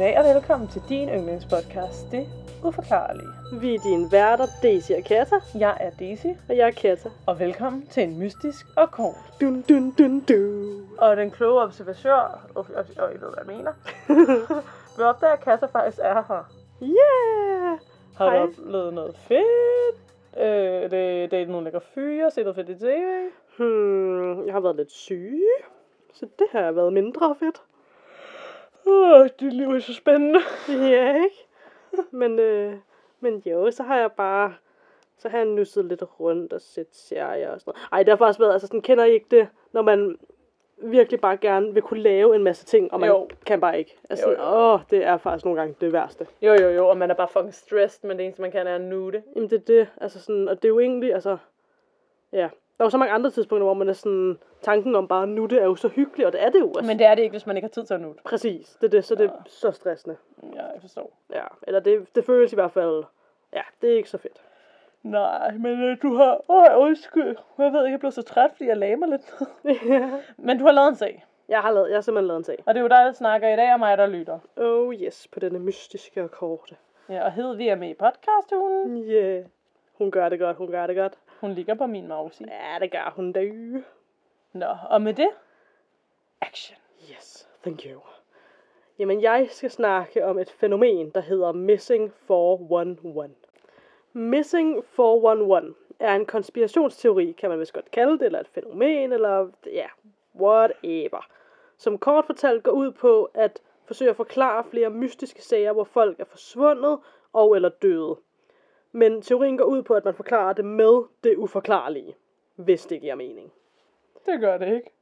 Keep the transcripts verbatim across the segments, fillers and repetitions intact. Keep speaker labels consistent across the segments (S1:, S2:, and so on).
S1: Goddag og velkommen til din yndlingspodcast, Det Uforklarlige.
S2: Vi er dine værter, Daisy og Kata.
S1: Jeg er Daisy.
S2: Og jeg er Kata.
S1: Og velkommen til en mystisk og kort.
S2: Dun dun dun dun.
S1: Og den kloge observatør, og, og, og I ved, hvad jeg mener, vi opdager, at Kata faktisk er her.
S2: Yeah!
S1: Har
S2: Hej.
S1: du oplevet noget fedt? Øh, det, det er nogle lækre fyre, set noget fedt i tv?
S2: Hmm, jeg har været lidt syg, så det har været mindre fedt.
S1: Åh, dit liv er så spændende.
S2: Ja, ikke? Men, øh, men jo, så har jeg bare, så har jeg nusset lidt rundt og set serier og sådan noget. Ej, det har faktisk været, altså sådan, kender I ikke det, når man virkelig bare gerne vil kunne lave en masse ting, og man
S1: Jo.
S2: kan bare ikke. Altså,
S1: Jo, jo.
S2: åh, det er faktisk nogle gange det værste.
S1: Jo, jo, jo, og man er bare fucking stressed, men det eneste, man kan, er at nude.
S2: Jamen det er det, altså sådan, og det er jo egentlig, altså, ja, der er jo så mange andre tidspunkter, hvor man er sådan, tanken om bare nu, det er jo så hyggeligt, og det er det jo også.
S1: Men det er det ikke, hvis man ikke har tid til at nude.
S2: Præcis, det er det, så det er så stressende.
S1: Ja, jeg forstår.
S2: Ja, eller det, det føles i hvert fald, ja, det er ikke så fedt.
S1: Nej, men øh, du har... Åh, undskyld. Jeg ved ikke, jeg blev så træt, fordi jeg lagde mig lidt. Men du har lavet en sag.
S2: jeg har lavet, jeg har simpelthen lavet en sag.
S1: Og det er jo dig, der snakker i dag, og mig, der lytter.
S2: Oh yes, på denne mystiske og korte.
S1: Ja, og hed vi er med i podcasten.
S2: Ja, yeah. Hun gør det godt, hun gør det godt.
S1: Hun ligger på min mouse.
S2: Ja, det gør hun da.
S1: Nå, og med det... Action.
S2: Yes, thank you. Jamen, jeg skal snakke om et fænomen, der hedder Missing fire et et. Missing fire et et er en konspirationsteori, kan man vist godt kalde det, eller et fænomen, eller ja, whatever. Som kort fortalt går ud på at forsøge at forklare flere mystiske sager, hvor folk er forsvundet og eller døde. Men teorien går ud på, at man forklarer det med det uforklarlige, hvis det giver mening.
S1: Det gør det ikke.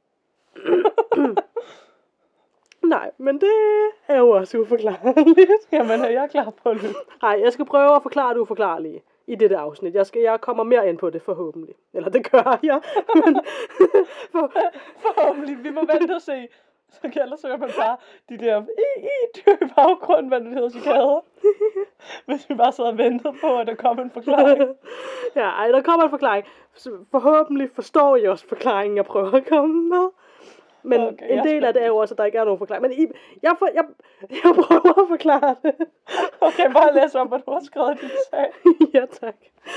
S2: Nej, men det er jo også uforklarligt.
S1: Jamen, er jeg klar på det?
S2: Nej, jeg skal prøve at forklare det uforklarlige i dette afsnit. Jeg, skal, jeg kommer mere ind på det forhåbentlig. Eller det gør jeg. Men, for,
S1: Forhåbentlig, vi må vente og se. Så kan ellers høre man bare de der i, i dyr i baggrunden, hvad det hedder, cikader. Hvis vi bare sidder og venter på, at der kommer en forklaring.
S2: Ja, ej, der kommer en forklaring. Så forhåbentlig forstår I også forklaringen, jeg prøver at komme med. Men
S1: Okay,
S2: en
S1: jeg
S2: del
S1: er
S2: af det er jo også, at der ikke er nogen forklaring. Men I, jeg, for, jeg, jeg prøver at forklare det.
S1: Okay, bare læs op, hvad du har skrevet i din sag.
S2: Ja, tak.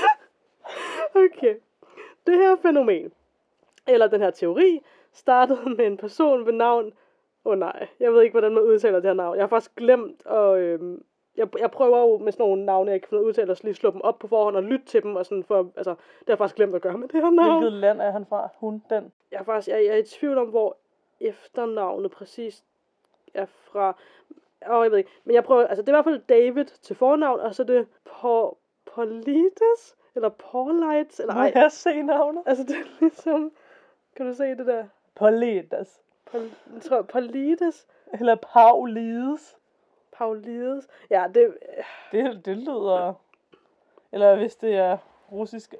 S2: Okay. Det her fænomen, eller den her teori, startede med en person ved navn... Åh oh, nej, jeg ved ikke, hvordan man udtaler det her navn. Jeg har faktisk glemt, og øhm, jeg, jeg prøver jo med sådan nogle navne, jeg ikke kan finde ud af at udtale, og lige slå dem op på forhånd og lytte til dem, og sådan for, altså, det har jeg faktisk glemt at gøre med det her navn.
S1: Hvilket land er han fra? Hun, den.
S2: Jeg er faktisk, jeg, jeg er i tvivl om, hvor efternavnet præcis er fra. Åh, oh, jeg ved ikke, men jeg prøver, altså det er i hvert fald David til fornavn, og så er det Paul, Paulides, eller Paulites, eller
S1: Må
S2: ej.
S1: jeg se navnet?
S2: Altså det er ligesom, kan du se det der?
S1: Paulides.
S2: Paul, jeg tror, Paulides,
S1: Eller Paulides.
S2: Paulides, ja, det,
S1: Det, det lyder... Eller hvis det er russisk...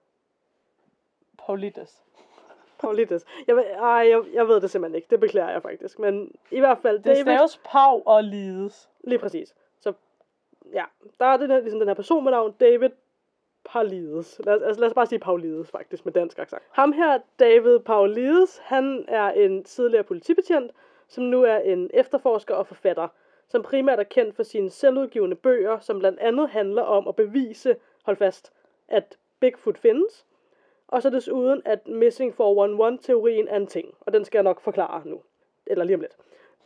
S1: Paulides.
S2: Paulides. Jeg, ved- ej, jeg, jeg ved det simpelthen ikke, det beklager jeg faktisk, men i hvert fald
S1: Det
S2: David,
S1: staves Pau og Lides.
S2: lige præcis. Så ja, der er den her, ligesom den her person med navn David Paulides. Lad os, altså, lad os bare sige Paulides faktisk, med dansk accent. Ham her, David Paulides, han er en tidligere politibetjent, som nu er en efterforsker og forfatter, som primært er kendt for sine selvudgivende bøger, som blandt andet handler om at bevise, hold fast, at Bigfoot findes, og så desuden, at Missing fire et et-teorien er en ting, og den skal jeg nok forklare nu. Eller lige om lidt.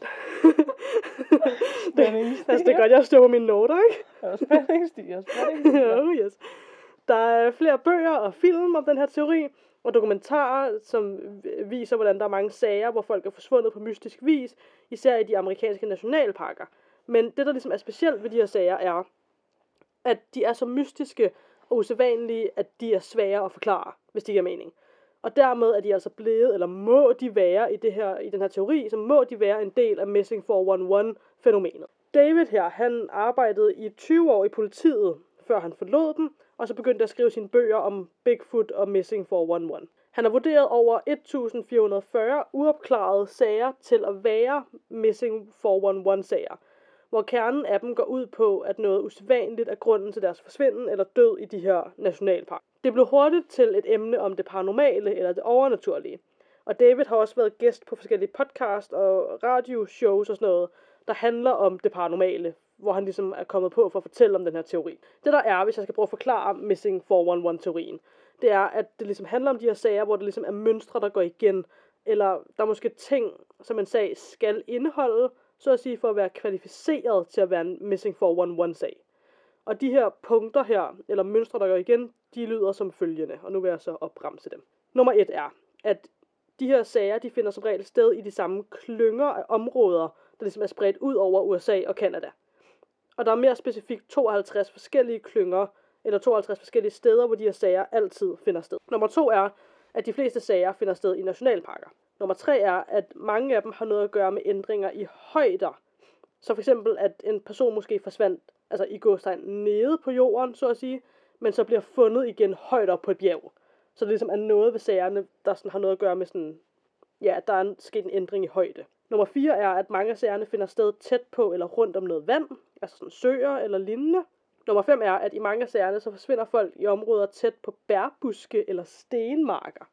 S2: det, altså, det er godt, jeg står på mine noter, ikke?
S1: Og spændingsstiger, spændingsstiger.
S2: Oh, yes. Der er flere bøger og film om den her teori, og dokumentarer, som viser, hvordan der er mange sager, hvor folk er forsvundet på mystisk vis, især i de amerikanske nationalparker. Men det, der ligesom er specielt ved de her sager, er, at de er så mystiske og usædvanlige, at de er svære at forklare, hvis de giver mening. Og dermed er de altså blevet, eller må de være i, det her, i den her teori, så må de være en del af Missing fire et et-fænomenet. David her, han arbejdede i tyve år i politiet, før han forlod dem, og så begyndte at skrive sine bøger om Bigfoot og Missing fire et et. Han har vurderet over et tusind fire hundrede og fyrre uopklarede sager til at være Missing fire et et-sager, hvor kernen af dem går ud på, at noget usædvanligt er grunden til deres forsvinden eller død i de her nationalparker. Det blev hurtigt til et emne om det paranormale eller det overnaturlige, og David har også været gæst på forskellige podcast og radioshows og sådan noget, der handler om det paranormale, hvor han ligesom er kommet på for at fortælle om den her teori. Det der er, hvis jeg skal prøve at forklare Missing fire et et-teorien, det er, at det ligesom handler om de her sager, hvor det ligesom er mønstre, der går igen, eller der er måske ting, som en sag skal indeholde, så at sige, for at være kvalificeret til at være en Missing fire et et-sag. Og de her punkter her, eller mønstre, der går igen, de lyder som følgende, og nu vil jeg så opremse dem. Nummer et er, at de her sager, de finder som regel sted i de samme klynger af områder, der ligesom er spredt ud over U S A og Canada. Og der er mere specifikt tooghalvtreds forskellige klynger, eller tooghalvtreds forskellige steder, hvor de her sager altid finder sted. Nummer to er, at de fleste sager finder sted i nationalparker. Nummer tre er, at mange af dem har noget at gøre med ændringer i højder. Så for eksempel, at en person måske forsvandt, altså i gåstegn, nede på jorden, så at sige, men så bliver fundet igen højt op på et bjerg. Så det ligesom er noget ved sagerne, der sådan har noget at gøre med sådan, ja, at der er sket en ændring i højde. Nummer fire er, at mange af sagerne finder sted tæt på eller rundt om noget vand, altså sådan søer eller lignende. Nummer fem er, at i mange af sagerne, så forsvinder folk i områder tæt på bærbuske eller stenmarker.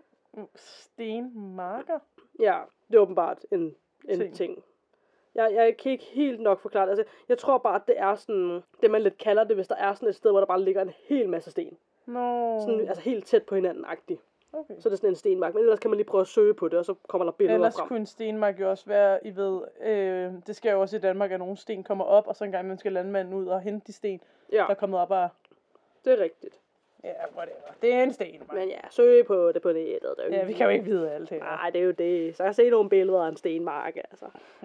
S1: Stenmarker?
S2: Ja, det er åbenbart en, en ting. ting. Jeg, jeg kan ikke helt nok forklare det. Altså, jeg tror bare, at det er sådan, det man lidt kalder det, hvis der er sådan et sted, hvor der bare ligger en hel masse sten.
S1: No.
S2: Sådan, altså helt tæt på hinanden-agtigt.
S1: Okay.
S2: Så det er sådan en stenmark. Men ellers kan man lige prøve at søge på det, og så kommer der billeder
S1: ellers
S2: frem.
S1: Ellers kunne en stenmark jo også være, I ved, øh, det sker jo også i Danmark, at nogle sten kommer op, og så en gang man skal landmanden ud og hente de sten,
S2: ja.
S1: der er kommet op og...
S2: Det er rigtigt.
S1: Ja, whatever. Det er en stenmark.
S2: Men ja, søg på det på nettet. Det
S1: ja, vi kan jo ikke vide alt her.
S2: Nej, det er jo det. Så jeg har set nogle billeder af en stenmark, altså.
S1: Ja.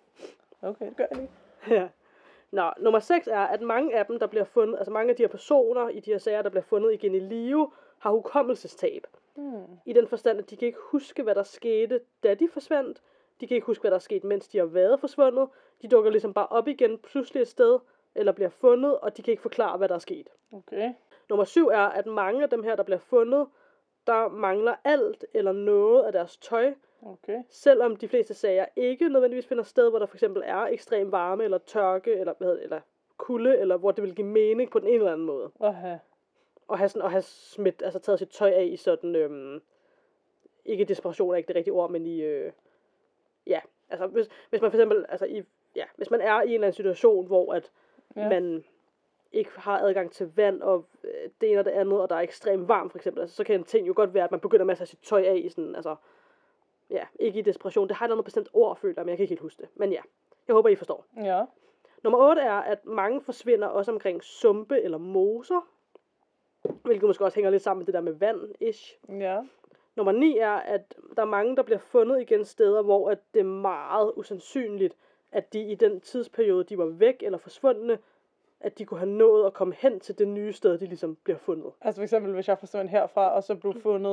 S1: Okay, det gør jeg lige.
S2: Ja. Nå, nummer seks er, at mange af dem, der bliver fundet, altså mange af de her personer i de her sager, der bliver fundet igen i live, har hukommelsestab.
S1: Hmm.
S2: I den forstand, at de kan ikke huske, hvad der skete, da de forsvandt. De kan ikke huske, hvad der er sket, mens de har været forsvundet. De dukker ligesom bare op igen pludselig et sted, eller bliver fundet, og de kan ikke forklare, hvad der er sket.
S1: Okay.
S2: Nummer syv er, at mange af dem her, der bliver fundet, der mangler alt eller noget af deres tøj.
S1: Okay.
S2: Selvom de fleste sager ikke nødvendigvis finder sted, hvor der for eksempel er ekstrem varme, eller tørke, eller, hvad hedder det, eller kulde, eller hvor det vil give mening på den ene eller anden måde.
S1: Okay.
S2: Og have, sådan, og have smidt, altså taget sit tøj af i sådan, øhm, ikke desperation er ikke det rigtige ord, men i, øh, ja, altså hvis, hvis man for eksempel, altså i, ja, hvis man er i en eller anden situation, hvor at ja. man ikke har adgang til vand, og øh, det ene og det andet, og der er ekstremt varmt for eksempel, altså, så kan en ting jo godt være, at man begynder med at tage sit tøj af i sådan, altså, ja, ikke i desperation. Det har et andet bestemt ord, føler jeg, men jeg kan ikke helt huske det. Men ja, jeg håber, I forstår.
S1: Ja.
S2: Nummer otte er, at mange forsvinder også omkring sumpe eller moser, hvilket måske også hænger lidt sammen med det der med vand-ish.
S1: Ja.
S2: Nummer ni er, at der er mange, der bliver fundet igen steder, hvor at det er meget usandsynligt, at de i den tidsperiode, de var væk eller forsvundne, at de kunne have nået at komme hen til det nye sted, de ligesom bliver fundet.
S1: Altså for eksempel, hvis jeg forsvandt herfra, og så blev fundet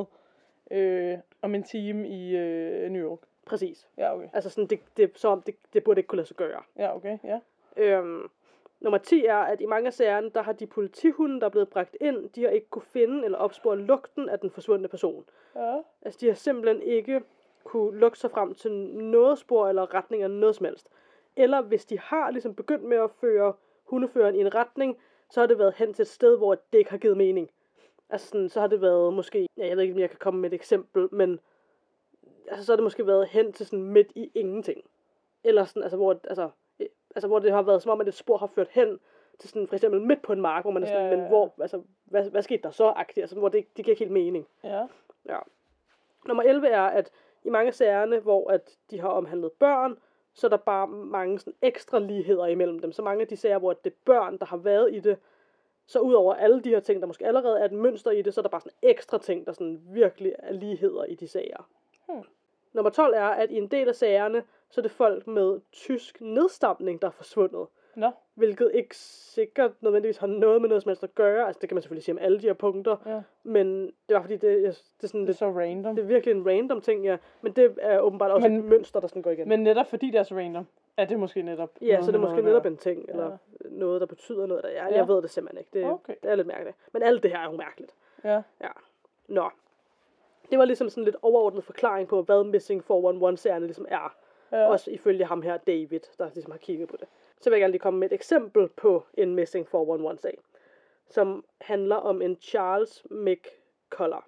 S1: øh, om en time i øh, New York.
S2: Præcis.
S1: Ja, okay.
S2: Altså sådan, det, det, så om det, det burde ikke kunne lade sig gøre.
S1: Ja, okay, ja.
S2: Øhm, nummer ti er, at i mange af sagerne, der har de politihunde, der er blevet bragt ind, de har ikke kunne finde eller opspore lugten af den forsvundne person.
S1: Ja.
S2: Altså, de har simpelthen ikke kunne lugte sig frem til noget spor eller retning af noget som helst. Eller hvis de har ligesom begyndt med at føre hundeføreren i en retning, så har det været hen til et sted, hvor det ikke har givet mening. Altså sådan, så har det været måske, ja, jeg ved ikke, om jeg kan komme med et eksempel, men altså, så har det måske været hen til sådan midt i ingenting. Eller sådan, altså hvor, altså, altså hvor det har været som om, at et spor har ført hen til sådan, for eksempel midt på en mark, hvor man er sådan, ja, ja, ja. men hvor, altså, hvad, hvad skete der så agtigt, altså hvor det, det giver ikke helt mening.
S1: Ja.
S2: Ja. Nummer elleve er, at i mange af sagerne, hvor at de har omhandlet børn, så er der bare mange sådan ekstra ligheder imellem dem. Så mange af de sager, hvor det er børn, der har været i det, så ud over alle de her ting, der måske allerede er et mønster i det, så er der bare sådan ekstra ting, der sådan virkelig er ligheder i de sager. Hmm. Nummer tolv er, at i en del af sagerne, så er det folk med tysk nedstamning, der er forsvundet.
S1: Nå.
S2: Hvilket ikke sikkert nødvendigvis har noget med noget som helst at gøre. Altså det kan man selvfølgelig sige om alle de her punkter. Ja. Men det var fordi, det, det er sådan
S1: det er
S2: lidt,
S1: så random.
S2: Det er virkelig en random ting, ja. Men det er åbenbart også men, et mønster, der sådan går igen.
S1: Men netop fordi det er så random, er det måske netop...
S2: Ja, så det er måske netop en ting, eller ja. noget, der betyder noget. Der, jeg, ja. jeg ved det simpelthen ikke. Det,
S1: okay.
S2: det er lidt mærkeligt. Men alt det her er jo mærkeligt.
S1: Ja.
S2: Ja. Nå. Det var ligesom sådan lidt overordnet forklaring på, hvad Missing fire et et-serien ligesom er. Ja. Også ifølge ham her, David, der ligesom har kigget på det. Så vil jeg gerne lige komme med et eksempel på en Missing fire et et-sag, som handler om en Charles McCullough.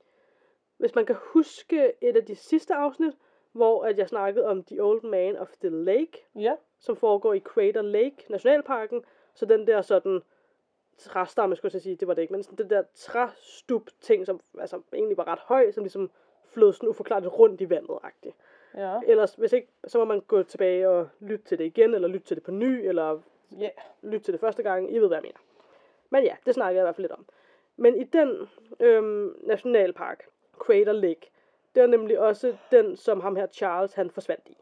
S2: Hvis man kan huske et af de sidste afsnit, hvor at jeg snakkede om The Old Man of the Lake,
S1: ja.
S2: som foregår i Crater Lake Nationalparken. Så den der sådan træstamme, skulle jeg sige, det var det ikke, men sådan den der træstup ting, som altså egentlig var ret høj, som ligesom flød sådan uforklarligt rundt i vandet-agtigt.
S1: Ja.
S2: Ellers, hvis ikke, så må man gå tilbage og lytte til det igen, eller lytte til det på ny, eller
S1: Yeah.
S2: lytte til det første gang. I ved, hvad jeg mener. Men ja, det snakker jeg i hvert fald lidt om. Men i den øhm, nationalpark, Crater Lake, det var nemlig også den, som ham her Charles, han forsvandt i.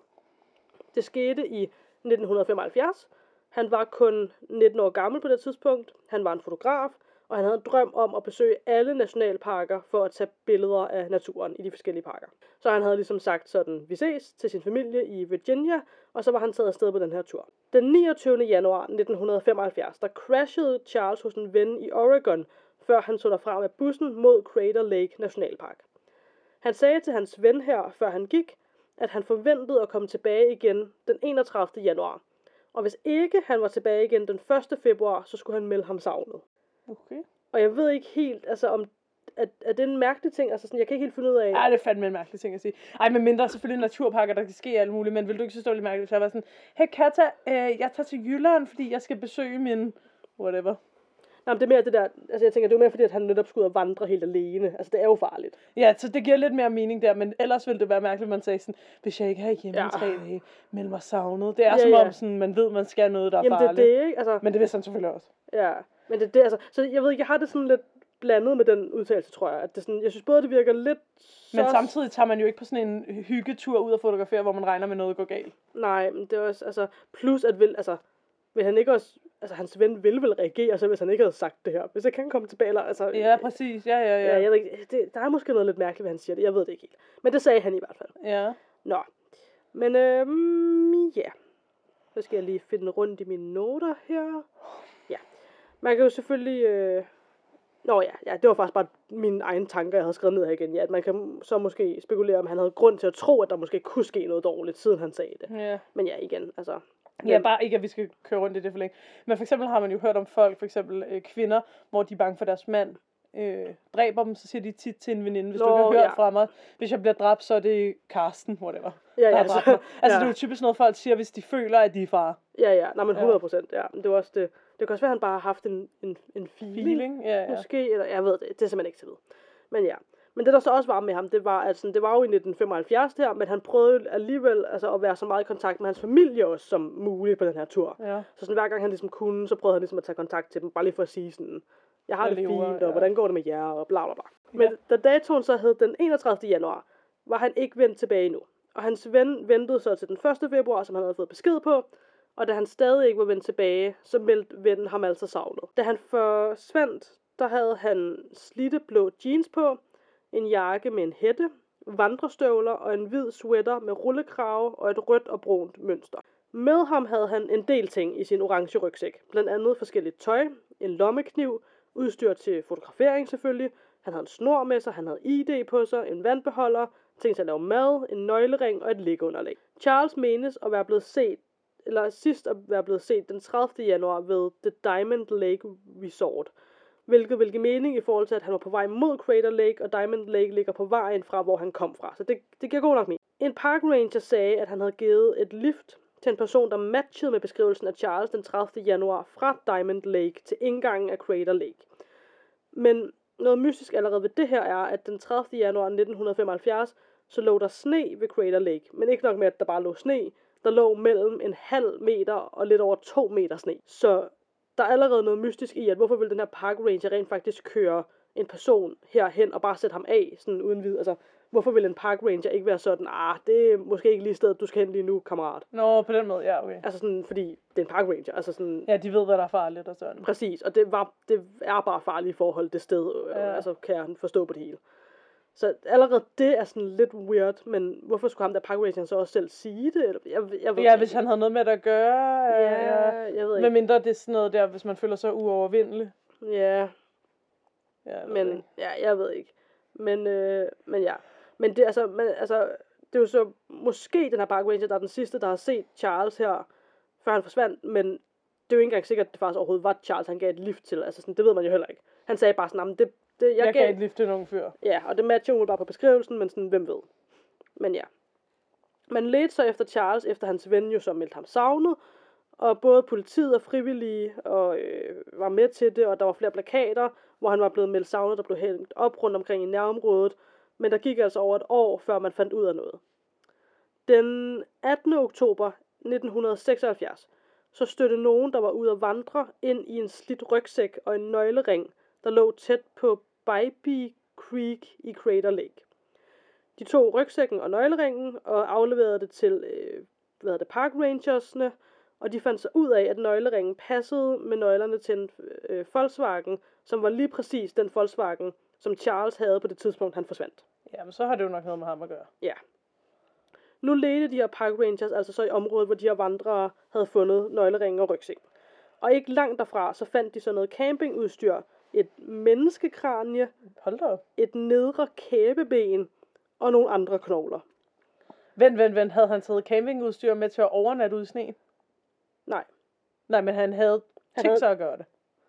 S2: Det skete i nitten femoghalvfjerds. Han var kun nitten år gammel på det tidspunkt. Han var en fotograf, og han havde en drøm om at besøge alle nationalparker for at tage billeder af naturen i de forskellige parker. Så han havde ligesom sagt sådan, vi ses til sin familie i Virginia, og så var han taget afsted på den her tur. Den niogtyvende januar nitten femoghalvfjerds, der crashede Charles hos en ven i Oregon, før han tog derfra med bussen mod Crater Lake Nationalpark. Han sagde til hans ven her, før han gik, at han forventede at komme tilbage igen den enogtredivte januar. Og hvis ikke han var tilbage igen den første februar, så skulle han melde ham savnet.
S1: Okay.
S2: Og jeg ved ikke helt, altså om, at, at det er en mærkelig ting, altså sådan, jeg kan ikke helt finde ud af.
S1: Ej, det er fandme en mærkelig ting at sige. Ej, men mindre selvfølgelig naturparker, der kan ske alt muligt, men vil du ikke synes, det var lidt mærkeligt, hvis jeg var sådan, hey Katja, øh, jeg tager til Jylland, fordi jeg skal besøge min, whatever.
S2: Nej, men det er mere det der, altså jeg tænker, det er mere fordi, at han netop skulle ud og vandre helt alene, altså det er jo farligt.
S1: Ja, så det giver lidt mere mening der, men ellers ville det være mærkeligt, at man sagde sådan, hvis jeg ikke er hjemme
S2: Ja.
S1: i tre dage, meld mig savnet. Det er
S2: Ja,
S1: som
S2: ja.
S1: om, sådan, man ved, man skal noget, der er
S2: Jamen det er
S1: farligt.
S2: det, ikke? Altså,
S1: Men det vidste han selvfølgelig også.
S2: ja, men det er det, altså, så jeg ved ikke, jeg har det sådan lidt blandet med den udtalelse, tror jeg, at det sådan, jeg synes både, det virker lidt så...
S1: Men samtidig tager man jo ikke på sådan en hyggetur ud og fotografere, hvor man regner med noget går galt.
S2: Nej, men det er også, altså, plus at vil, altså, vil han ikke også, altså hans ven ville vel reagere, så hvis han ikke havde sagt det her, hvis jeg kan komme tilbage, eller, altså...
S1: Ja, præcis, ja, ja, ja.
S2: Ja, jeg ved ikke, det, der er måske noget lidt mærkeligt, hvad han siger det, jeg ved det ikke helt. Men det sagde han i hvert fald.
S1: Ja.
S2: Nå, men øhm, ja, så skal jeg lige finde rundt i mine noter her. Ja, man kan jo selvfølgelig, øh... Nå ja, ja, det var faktisk bare mine egne tanker, jeg havde skrevet ned her igen. Ja, at man kan så måske spekulere, om han havde grund til at tro, at der måske kunne ske noget dårligt, siden han sagde det.
S1: Ja.
S2: Men ja, igen, altså...
S1: Ja, bare ikke, at vi skal køre rundt i det for længe. Men for eksempel har man jo hørt om folk, for eksempel øh, kvinder, hvor de er bange for deres mand øh, dræber dem, så siger de tit til en veninde, hvis Nå, du ikke har hørt
S2: ja.
S1: fra mig, hvis jeg bliver dræbt, så er det Karsten, whatever.
S2: Ja,
S1: der
S2: ja,
S1: har dræbt
S2: så-
S1: mig. Altså,
S2: ja.
S1: det er jo typisk noget, folk siger, hvis de føler, at de er far.
S2: Ja, ja, nej, men hundrede procent, ja. Men det var også det. Det kan også være, at han bare har haft en, en, en feeling,
S1: Feeling, ja, ja.
S2: måske, eller jeg ved det, det er simpelthen ikke til ved. Men ja, men det der så også var med ham, det var, at sådan, det var jo i nitten femoghalvfjerds her, men han prøvede alligevel altså, at være så meget i kontakt med hans familie også som muligt på den her tur.
S1: Ja.
S2: Så sådan, hver gang han ligesom kunne, så prøvede han ligesom at tage kontakt til dem, bare lige for at sige sådan, jeg har
S1: Jeg
S2: det
S1: lever,
S2: fint, og
S1: ja.
S2: hvordan går det med jer, og bla bla bla. Men
S1: Ja.
S2: da datoen så hed den enogtredivte januar, var han ikke vendt tilbage endnu. Og hans ven ventede så til den første februar, som han havde fået besked på, og da han stadig ikke var vendt tilbage, så meldte vennen ham altså savnet. Da han forsvandt, der havde han slidte blå jeans på, en jakke med en hætte, vandrestøvler og en hvid sweater med rullekrave og et rødt og brunt mønster. Med ham havde han en del ting i sin orange rygsæk, blandt andet forskelligt tøj, en lommekniv, udstyr til fotografering selvfølgelig, han havde en snor med sig, han havde I D på sig, en vandbeholder, ting til at lave mad, en nøglering og et liggeunderlag. Charles menes at være blevet set, eller sidst at være blevet set den tredivte januar ved The Diamond Lake Resort, hvilket vil give mening i forhold til, at han var på vej mod Crater Lake, og Diamond Lake ligger på vejen fra, hvor han kom fra. Så det, det giver god nok mening. En park ranger sagde, at han havde givet et lift til en person, der matchede med beskrivelsen af Charles den tredivte januar fra Diamond Lake til indgangen af Crater Lake. Men noget mystisk allerede ved det her er, at den tredivte januar nitten femoghalvfjerds, så lå der sne ved Crater Lake. Men ikke nok med, at der bare lå sne. Der lå mellem en halv meter og lidt over to meter sne. Så der er allerede noget mystisk i, at hvorfor vil den her park ranger rent faktisk køre en person herhen og bare sætte ham af, sådan uden vid. Altså, hvorfor vil en park ranger ikke være sådan, ah, det er måske ikke lige stedet, du skal hen lige nu, kammerat.
S1: Nå, på den måde, ja, okay.
S2: Altså sådan, fordi det er en park ranger, altså sådan...
S1: Ja, de ved, hvad der er farligt og sådan.
S2: Præcis, og det, var, det er bare farlige forhold det sted, øh,
S1: Ja.
S2: altså kan jeg forstå på det hele. Så allerede det er sådan lidt weird, men hvorfor skulle ham der park ranger så også selv sige det? Eller, jeg, jeg ved
S1: Ja,
S2: ikke.
S1: hvis han havde noget med det at gøre.
S2: Ja,
S1: øh,
S2: jeg ved
S1: Med
S2: ikke.
S1: mindre det er sådan noget der, hvis man føler sig uovervindelig.
S2: Ja,
S1: Ja, jeg ved
S2: men
S1: ikke.
S2: ja, jeg ved ikke. Men, øh, men ja. Men det, altså, men, altså, det er jo så måske den her park ranger, der er den sidste, der har set Charles her, før han forsvandt, men det er jo ikke engang sikkert, at det faktisk overhovedet var Charles, han gav et lift til. Altså, sådan, det ved man jo heller ikke. Han sagde bare sådan, det, det, jeg,
S1: Jeg,
S2: gav...
S1: jeg gav et lift til nogle fyr.
S2: Ja, og det matcher jo bare på beskrivelsen, men sådan, hvem ved. Men ja. Man ledte så efter Charles, efter hans ven jo så meldte ham savnet, Og både politiet og frivillige og, øh, var med til det, og der var flere plakater, hvor han var blevet meldt savnet, der blev hængt op rundt omkring i nærområdet. Men der gik altså over et år, før man fandt ud af noget. Den attende oktober nitten seksoghalvfjerds, så stødte nogen, der var ude at vandre, ind i en slidt rygsæk og en nøglering, der lå tæt på Bybee Creek i Crater Lake. De tog rygsækken og nøgleringen og afleverede det til øh, hvad det, Park Rangersne, og de fandt så ud af, at nøgleringen passede med nøglerne til en øh, Volkswagen, som var lige præcis den Volkswagen, som Charles havde på det tidspunkt, han forsvandt.
S1: Jamen, så har det jo nok noget med ham at gøre.
S2: Ja. Nu ledte de her Park Rangers altså så i området, hvor de her vandrere havde fundet nøgleringen og rygsæk. Og ikke langt derfra, så fandt de så noget campingudstyr, et menneskekranie,
S1: Hold da op.
S2: et nedre kæbeben og nogle andre knogler.
S1: Vent, vent, vent. Havde han taget campingudstyr med til at overnatte ude i sneen?
S2: Nej.
S1: Nej, men han havde
S2: Han
S1: tænkt
S2: havde-
S1: sig at gøre det.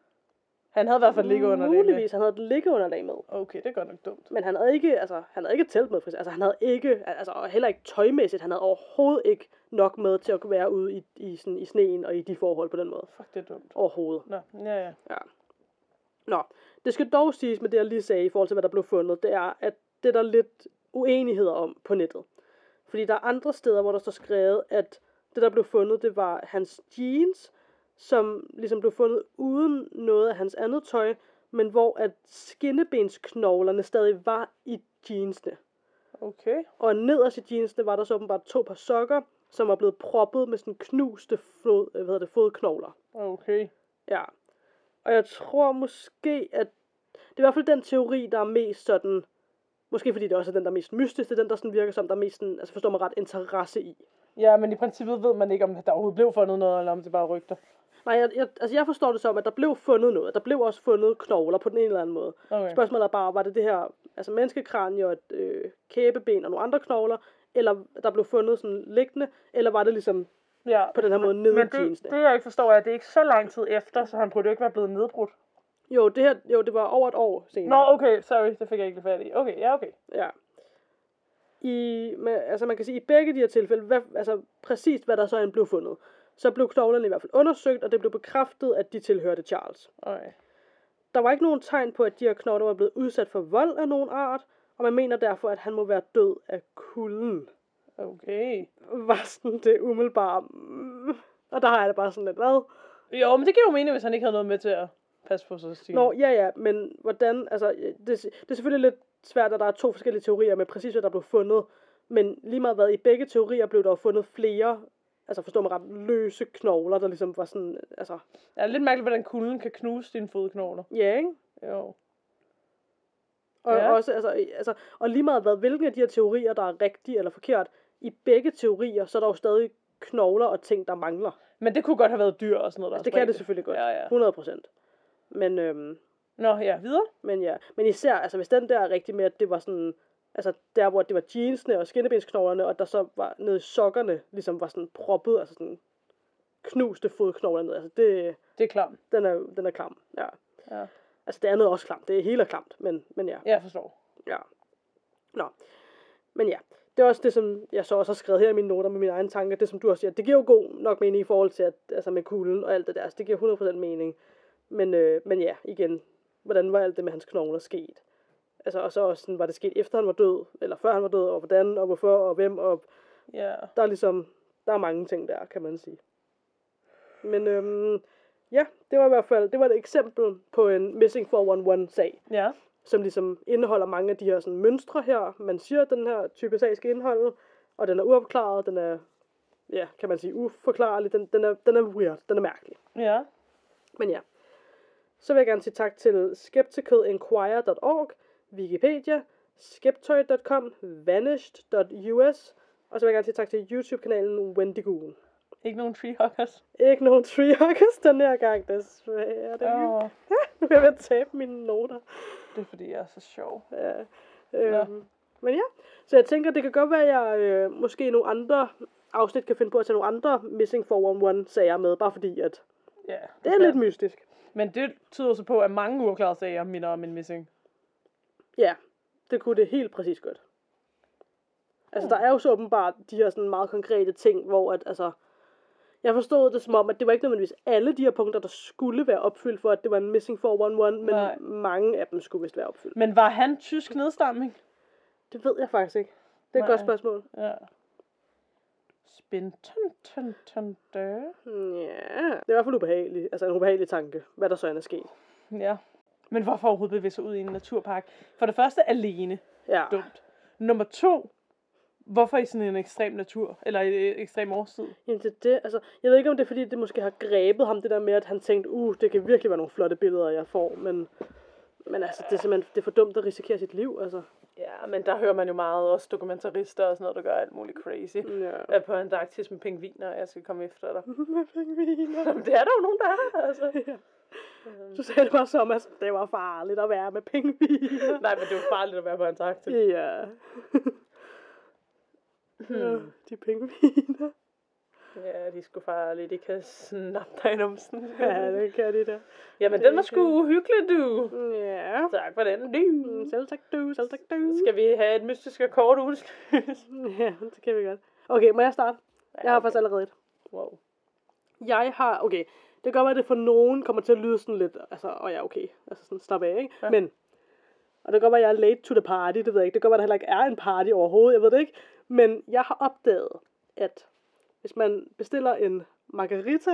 S1: Han havde i hvert fald ligget under det.
S2: Muligvis, han havde et liggeunderlag med.
S1: Okay, det er godt nok dumt.
S2: Men han havde ikke, altså, han havde ikke telt med, altså han havde ikke, altså og heller ikke tøjmæssigt, han havde overhovedet ikke nok med til at være ude i, i, sådan, i sneen og i de forhold på den måde.
S1: Fuck, det er dumt.
S2: Overhovedet.
S1: Nå, ja, ja.
S2: Ja. Nå, det skal dog siges med det, jeg lige sagde i forhold til, hvad der blev fundet, det er, at det er der lidt uenigheder om på nettet. Fordi der er andre steder, hvor der står skrevet, at det, der blev fundet, det var hans jeans, som ligesom blev fundet uden noget af hans andet tøj, men hvor at skinnebensknoglerne stadig var i jeansene.
S1: Okay.
S2: Og nederst i jeansene var der så åbenbart to par sokker, som var blevet proppet med sådan knuste fod, hvad hedder det, fodknogler.
S1: Okay.
S2: Ja. Og jeg tror måske, at det er i hvert fald den teori, der er mest sådan, måske fordi det også er den, der er mest mystisk, det er den, der sådan virker som, der er mest sådan, altså forstår man ret, interesse i.
S1: Ja, men i princippet ved man ikke, om der overhovedet blev fundet noget, eller om det bare er rygter.
S2: Nej, jeg, jeg, altså jeg forstår det som, at der blev fundet noget. Der blev også fundet knogler på den ene eller anden måde.
S1: Okay.
S2: Spørgsmålet er bare, var det det her, altså menneskekranie og et øh, kæbeben og nogle andre knogler, eller der blev fundet sådan liggende, eller var det ligesom
S1: Ja.
S2: på den her måde nede i
S1: Men det,
S2: jeansene?
S1: det, jeg ikke forstår, er, at det er ikke så lang tid efter, så han burde jo ikke være blevet nedbrudt.
S2: Jo, det her, jo, det var over et år senere.
S1: Nå, okay, sorry, det fik jeg ikke lige fat i. Okay, ja, okay.
S2: Ja. I, med, altså man kan sige, i begge de her tilfælde, hvad, altså præcis hvad der så end blev fundet, så blev knoglerne i hvert fald undersøgt, og det blev bekræftet, at de tilhørte Charles.
S1: Okay.
S2: Der var ikke nogen tegn på, at de her knogler var blevet udsat for vold af nogen art, og man mener derfor, at han må være død af kulden.
S1: Okay.
S2: Var sådan det umiddelbare. Mm. Og der har jeg det bare sådan lidt, hvad?
S1: Jo, men det giver jo mening, hvis han ikke havde noget med til at passe på sig stil.
S2: Nå, ja ja, men hvordan, altså, det, det er selvfølgelig lidt svært, at der er to forskellige teorier med præcis, hvad der blev fundet, men lige meget hvad, i begge teorier blev der jo fundet flere, altså forstår man ret, løse knogler, der ligesom var sådan, altså...
S1: Det er lidt mærkeligt, hvordan kulden kan knuse dine fodknogler.
S2: Ja, ikke?
S1: Jo.
S2: Og,
S1: Ja.
S2: også, altså, altså, og lige meget hvad, hvilken af de her teorier, der er rigtig eller forkert, i begge teorier, så er der jo stadig knogler og ting, der mangler.
S1: Men det kunne godt have været dyr og sådan noget, der
S2: Altså, det
S1: har
S2: kan det
S1: spredt
S2: selvfølgelig godt,
S1: Ja, ja.
S2: hundrede procent. Men, øhm,
S1: Nå, ja, videre.
S2: men ja, men især, altså hvis den der er rigtig med, at det var sådan, altså der hvor det var jeansene og skinnebensknoglerne, og der så var nede i sokkerne, ligesom var sådan proppet, altså sådan knuste fodknogler ned, altså det,
S1: Det er klart.
S2: den er, den er klam, ja.
S1: Ja.
S2: Altså det andet er også klamt, det hele er klamt, men, men ja.
S1: Jeg forstår.
S2: Ja. Nå. Men ja, det er også det, som jeg så også har skrevet her i mine noter med mine egne tanker, det som du også siger, det giver jo god nok mening i forhold til, at, altså med kuglen og alt det der, altså det giver hundrede procent mening. Men, øh, men ja, igen, hvordan var alt det med hans knogler sket? Altså, og så også sådan, var det sket efter han var død, eller før han var død, og hvordan, og hvorfor, og hvem, og
S1: Ja.
S2: der er ligesom, der er mange ting der, kan man sige. Men øhm, ja, det var i hvert fald, det var et eksempel på en Missing fire et et sag,
S1: Ja.
S2: som ligesom indeholder mange af de her sådan, mønstre her, man siger, at den her type sag skal indeholde, og den er uopklaret, den er, ja, kan man sige, uforklarlig, den, den, er, den er weird, den er mærkelig.
S1: Ja.
S2: Men ja, så vil jeg gerne sige tak til skeptical inquirer punktum org, Wikipedia, skeptoid punktum com, vanished punktum u s, og så vil jeg gerne sige tak til YouTube-kanalen Wendigoon.
S1: Ikke nogen treehuggers.
S2: Ikke nogen treehuggers den her gang, desværre. Det er
S1: Åh,
S2: nu er jeg ved at tabe mine noter.
S1: det er fordi, jeg er så sjov.
S2: Ja. Øhm, men ja, så jeg tænker, det kan godt være, at jeg øh, måske i nogle andre afsnit kan finde på at tage nogle andre Missing fire et et sager med, bare fordi, at
S1: Ja.
S2: det er lidt mystisk.
S1: Men det tyder så på, at mange uafklarede sager minder om en missing.
S2: Ja, det kunne det helt præcis godt. Altså, der er jo så åbenbart de her sådan meget konkrete ting, hvor at, altså, Jeg forstod det som om, at det var ikke nødvendigvis alle de her punkter, der skulle være opfyldt, for at det var en Missing fire et et, men
S1: Nej.
S2: mange af dem skulle vist være opfyldt.
S1: Men var han tysk nedstamning?
S2: Det ved jeg faktisk ikke. Det er et
S1: Nej.
S2: godt spørgsmål.
S1: Ja. Spin tun tun tun dør.
S2: Ja, det er i hvert fald ubehageligt. Altså en ubehagelig tanke, hvad der så end er sket.
S1: Ja. Men hvorfor overhovedet bevæge sig ud i en naturpark? For det første alene.
S2: Ja.
S1: Dumt. Nummer to. Hvorfor i sådan en ekstrem natur? Eller i ekstrem årstid?
S2: Jamen det er det, altså, jeg ved ikke om det er fordi, det måske har grebet ham, det der med, at han tænkte, uh, det kan virkelig være nogle flotte billeder, jeg får, men, men altså, det er simpelthen, det er for dumt at risikere sit liv, altså.
S1: Ja, men der hører man jo meget, også dokumentarister og sådan noget, der gør alt muligt crazy.
S2: Ja.
S1: Er på Antarktis med pingviner, og jeg skal komme efter dig.
S2: Med pingviner.
S1: Jamen, det er der jo nogen, der er, altså.
S2: Ja. Du sagde det bare som, at det var farligt at være med pingviner.
S1: Nej, men det er jo farligt at være på Antarktis.
S2: Ja. Hmm. De pingviner.
S1: Ja, de skulle farligt. De kan snappe dig i numsen.
S2: Ja, det kan de da.
S1: Jamen,
S2: det
S1: den var sgu uhyggelig, du.
S2: Ja.
S1: Tak for den, du.
S2: Selv tak, du. Selv tak, du.
S1: Skal vi have et mystisk og kort udskys?
S2: Ja, det kan vi godt. Okay, må jeg starte? Jeg har faktisk allerede et.
S1: Wow.
S2: Jeg har, okay, det kan godt være, at det for nogen kommer til at lyde sådan lidt, altså, åh oh ja, okay, altså sådan, slap af, ikke?
S1: Ja.
S2: Men, og det kan godt være, at jeg er late to the party, det ved jeg ikke, det kan godt være, at der heller ikke er en party overhovedet, jeg ved det ikke, men jeg har opdaget, at hvis man bestiller en margarita,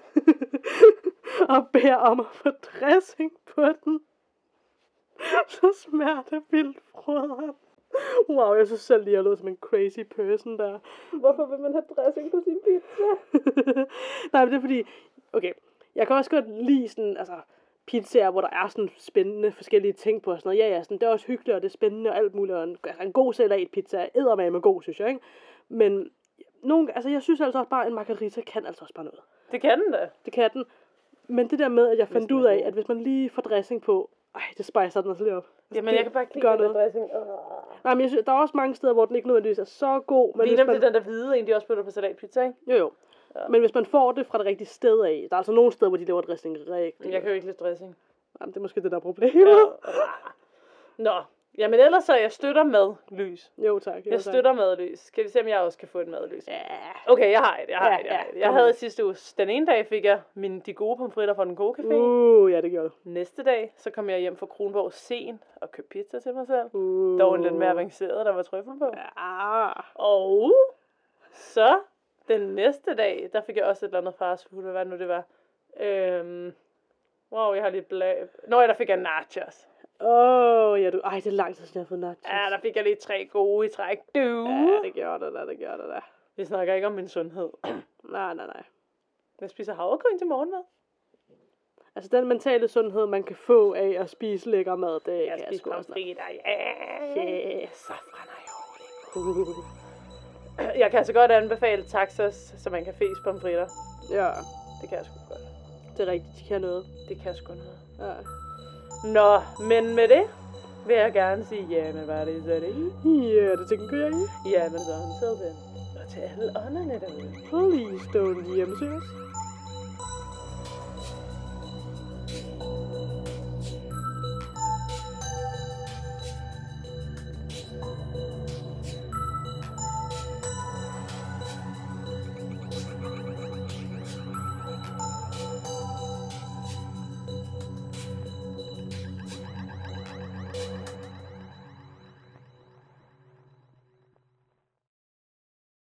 S2: og beder om at få dressing på den, så smager det vildt frøderen. Wow, jeg synes selv lige, jeg lød som en crazy person der.
S1: Hvorfor vil man have dressing på sin pizza?
S2: Nej, men det er fordi, okay, jeg kan også godt lide sådan, altså, pizzaer, hvor der er sådan spændende forskellige ting på og sådan noget. Ja, ja, sådan, det er også hyggeligt, og det er spændende og alt muligt, og en, altså, en god salatpizza er eddermame med god, synes jeg, ikke? Men, nogen, altså, jeg synes altså også bare, en margarita kan altså også bare noget.
S1: Det kan den da.
S2: Det kan den. Men det der med, at jeg
S1: Hvis
S2: fandt
S1: den er
S2: ud af,
S1: god.
S2: at hvis man lige får dressing på, ej, det spicer den altså lige op. Altså,
S1: Jamen,
S2: det,
S1: jeg kan bare ikke
S2: gør
S1: lide den
S2: noget.
S1: dressing. Uh.
S2: Nej, men jeg synes, der er også mange steder, hvor den ikke nødvendigvis er så god. Men
S1: Vi
S2: hvis
S1: nemlig
S2: man...
S1: den der hvide, en de også putter på salatpizza, ikke?
S2: Jo, jo.
S1: Ja.
S2: Men hvis man får det fra det rigtige sted af, der er altså nogle steder, hvor de laver dressing rigtig.
S1: Jeg kan jo ikke lide dressing.
S2: Jamen, det er måske det, der er problemet.
S1: Ja. Nå, jamen ellers så jeg støtter madlys.
S2: Jo, tak. Jo,
S1: Jeg
S2: tak.
S1: støtter madlys. Skal vi se, om jeg også kan få et madlys?
S2: Ja.
S1: Okay, jeg har et, jeg har
S2: Ja,
S1: et, jeg har
S2: ja,
S1: et. Jeg
S2: kom
S1: havde
S2: med.
S1: sidste uge, den ene dag fik jeg min, de gode pomfritter fra den gode café.
S2: Uh, ja, det gjorde det.
S1: Næste dag, så kom jeg hjem fra Kronborg sen og købte pizza til mig selv.
S2: Uh.
S1: Dog en lidt mere avanceret, der var trøffel på.
S2: Ja.
S1: Og så den næste dag, der fik jeg også et eller andet fast food, hvad nu det var. Øhm, wow, jeg har lidt blag... Nå ja, der fik jeg nachos.
S2: Åh, oh, ja, du... Ej, det er lang tid siden, jeg har fået nachos.
S1: Ja, der fik jeg lige tre gode i træk. Du.
S2: Ja, det gjorde det da, det gjorde det da.
S1: Vi snakker ikke om min sundhed.
S2: Nej, nej, nej.
S1: Jeg spiser havregryn til morgenmad.
S2: Altså, den mentale sundhed, man kan få af at spise lækker mad, det
S1: Jeg
S2: kan jeg
S1: spiser
S2: sgu også.
S1: pomfritter. Ja.
S2: Yeah.
S1: Safran er jo det. Jeg kan altså godt anbefale Taxas, så man kan fæse pomfritter.
S2: Ja,
S1: Det kan jeg sgu godt.
S2: det er rigtigt, de kan noget.
S1: Det kan sgu noget.
S2: Ja.
S1: Nå, men med det vil jeg gerne sige, ja, men hvad er det, så er det?
S2: Ja, det tænker jeg ikke.
S1: Ja, men så til den. Og til alle ånderne derude.
S2: Please don't D M us.